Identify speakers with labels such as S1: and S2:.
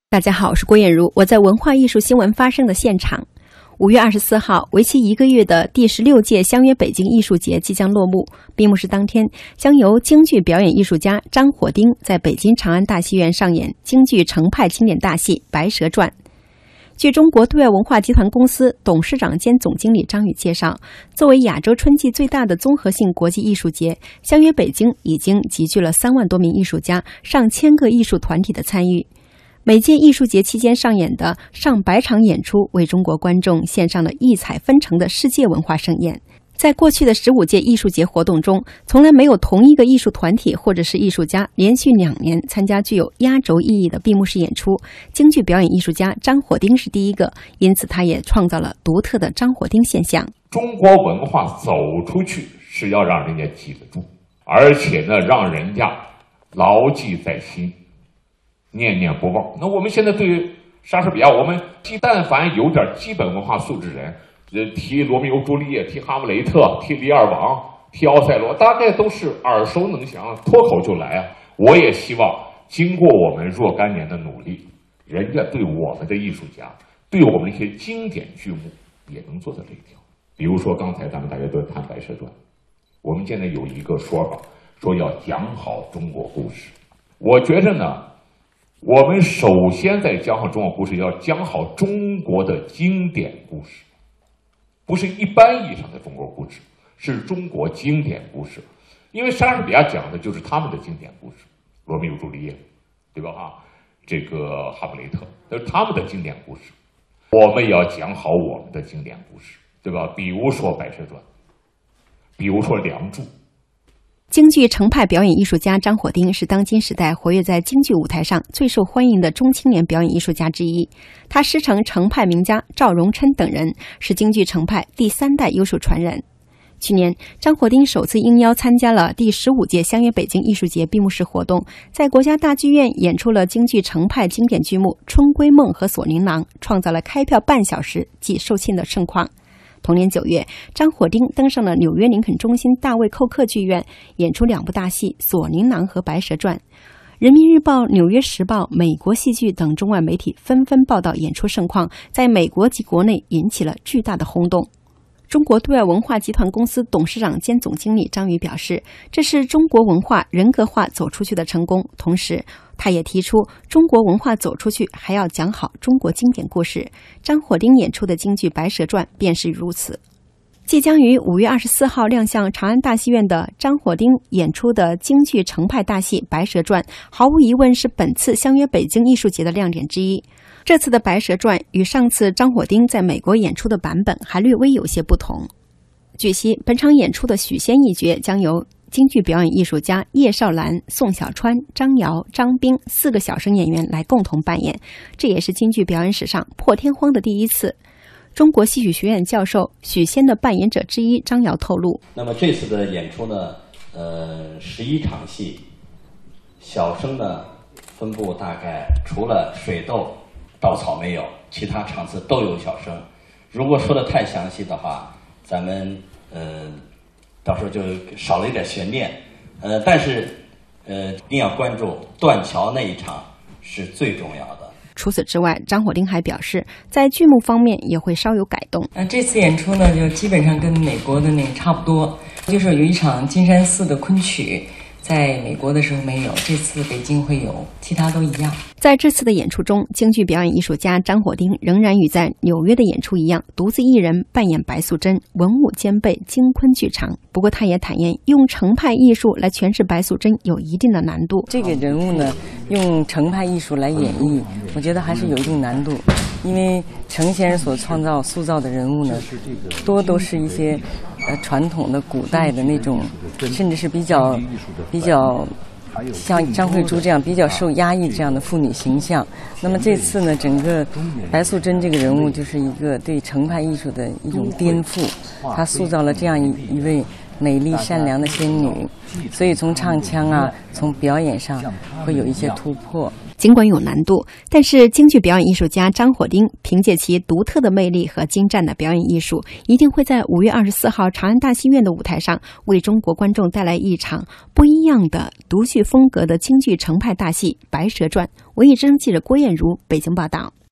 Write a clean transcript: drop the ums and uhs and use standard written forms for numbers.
S1: 大家好，我是郭艳茹，我在文化艺术新闻发生的现场。5月24号，为期1个月的第16届相约北京艺术节即将落幕。闭幕式当天，将由京剧表演艺术家张火丁在北京长安大戏院上演京剧程派经典大戏《白蛇传》。据中国对外文化集团公司董事长兼总经理张宇介绍，作为亚洲春季最大的综合性国际艺术节，相约北京已经集聚了3万多名艺术家、上千个艺术团体的参与。每届艺术节期间上演的上百场演出，为中国观众献上了异彩纷呈的世界文化盛宴。在过去的15届艺术节活动中，从来没有同一个艺术团体或者是艺术家连续2年参加具有压轴意义的闭幕式演出。京剧表演艺术家张火丁是第一个，因此他也创造了独特的张火丁现象。
S2: 中国文化走出去是要让人家记得住，而且呢，让人家牢记在心，念念不忘。那我们现在对莎士比亚，我们但凡有点基本文化素质人，提罗密欧朱丽叶，提哈姆雷特，提李尔王，提奥赛罗，大概都是耳熟能详，脱口就来啊。我也希望经过我们若干年的努力，人家对我们的艺术家，对我们一些经典剧目也能做到这一条。比如说刚才咱们大家都谈《白蛇传》，我们现在有一个说法，说要讲好中国故事。我觉着呢，我们首先在讲好中国故事，要讲好中国的经典故事，不是一般意义上的中国故事，是中国经典故事。因为莎士比亚讲的就是他们的经典故事，罗密欧朱丽叶，对吧？这个哈姆雷特，都是他们的经典故事。我们也要讲好我们的经典故事，对吧？比如说《白蛇传》，比如说《梁祝》。
S1: 京剧程派表演艺术家张火丁是当今时代活跃在京剧舞台上最受欢迎的中青年表演艺术家之一。他师承程派名家赵荣琛等人，是京剧程派第3代优秀传人。去年，张火丁首次应邀参加了第15届相约北京艺术节闭幕式活动，在国家大剧院演出了京剧程派经典剧目《春闺梦》和《锁麟囊》，创造了开票半小时即售罄的盛况。同年9月，张火丁登上了纽约林肯中心大卫寇克剧院，演出2部大戏《锁麟囊》和《白蛇传》。人民日报、纽约时报、美国戏剧等中外媒体纷纷报道演出盛况，在美国及国内引起了巨大的轰动。中国对外文化集团公司董事长兼总经理张宇表示，这是中国文化人格化走出去的成功。同时，他也提出，中国文化走出去还要讲好中国经典故事。张火丁演出的京剧《白蛇传》便是如此。即将于5月24号亮相长安大戏院的张火丁演出的京剧程派大戏《白蛇传》，毫无疑问是本次相约北京艺术节的亮点之一。这次的《白蛇传》与上次张火丁在美国演出的版本还略微有些不同。据悉，本场演出的许仙一角将由京剧表演艺术家叶绍兰、宋小川、张瑶、张冰4个小生演员来共同扮演，这也是京剧表演史上破天荒的第一次。中国戏曲学院教授许仙的扮演者之一张瑶透露，
S3: 那么这次的演出呢，11场戏，小生呢分布大概除了水痘、稻草没有，其他场次都有小生。如果说的太详细的话，咱们到时候就少了一点悬念。但是一定要关注断桥那一场是最重要的。
S1: 除此之外，张火丁还表示，在剧目方面也会稍有改动。
S4: 这次演出呢，就基本上跟美国的那个差不多，就是有一场金山寺的昆曲，在美国的时候没有，这次北京会有，其他都一样。
S1: 在这次的演出中，京剧表演艺术家张火丁仍然与在纽约的演出一样，独自一人扮演白素贞，文武兼备，京昆剧场。不过他也坦言，用程派艺术来诠释白素贞有一定的难度。
S4: 这个人物呢，用程派艺术来演绎，我觉得还是有一定难度，因为程先生所塑造的人物呢，多都是一些传统的古代的那种，甚至是比较像张慧珠这样比较受压抑这样的妇女形象。那么这次呢，整个白素贞这个人物就是一个对程派艺术的一种颠覆，她塑造了这样一位美丽善良的仙女，所以从唱腔啊，从表演上会有一些突破。
S1: 尽管有难度，但是京剧表演艺术家张火丁凭借其独特的魅力和精湛的表演艺术，一定会在5月24号长安大戏院的舞台上，为中国观众带来一场不一样的独具风格的京剧程派大戏《白蛇传》。文艺之声记者郭艳茹北京报道。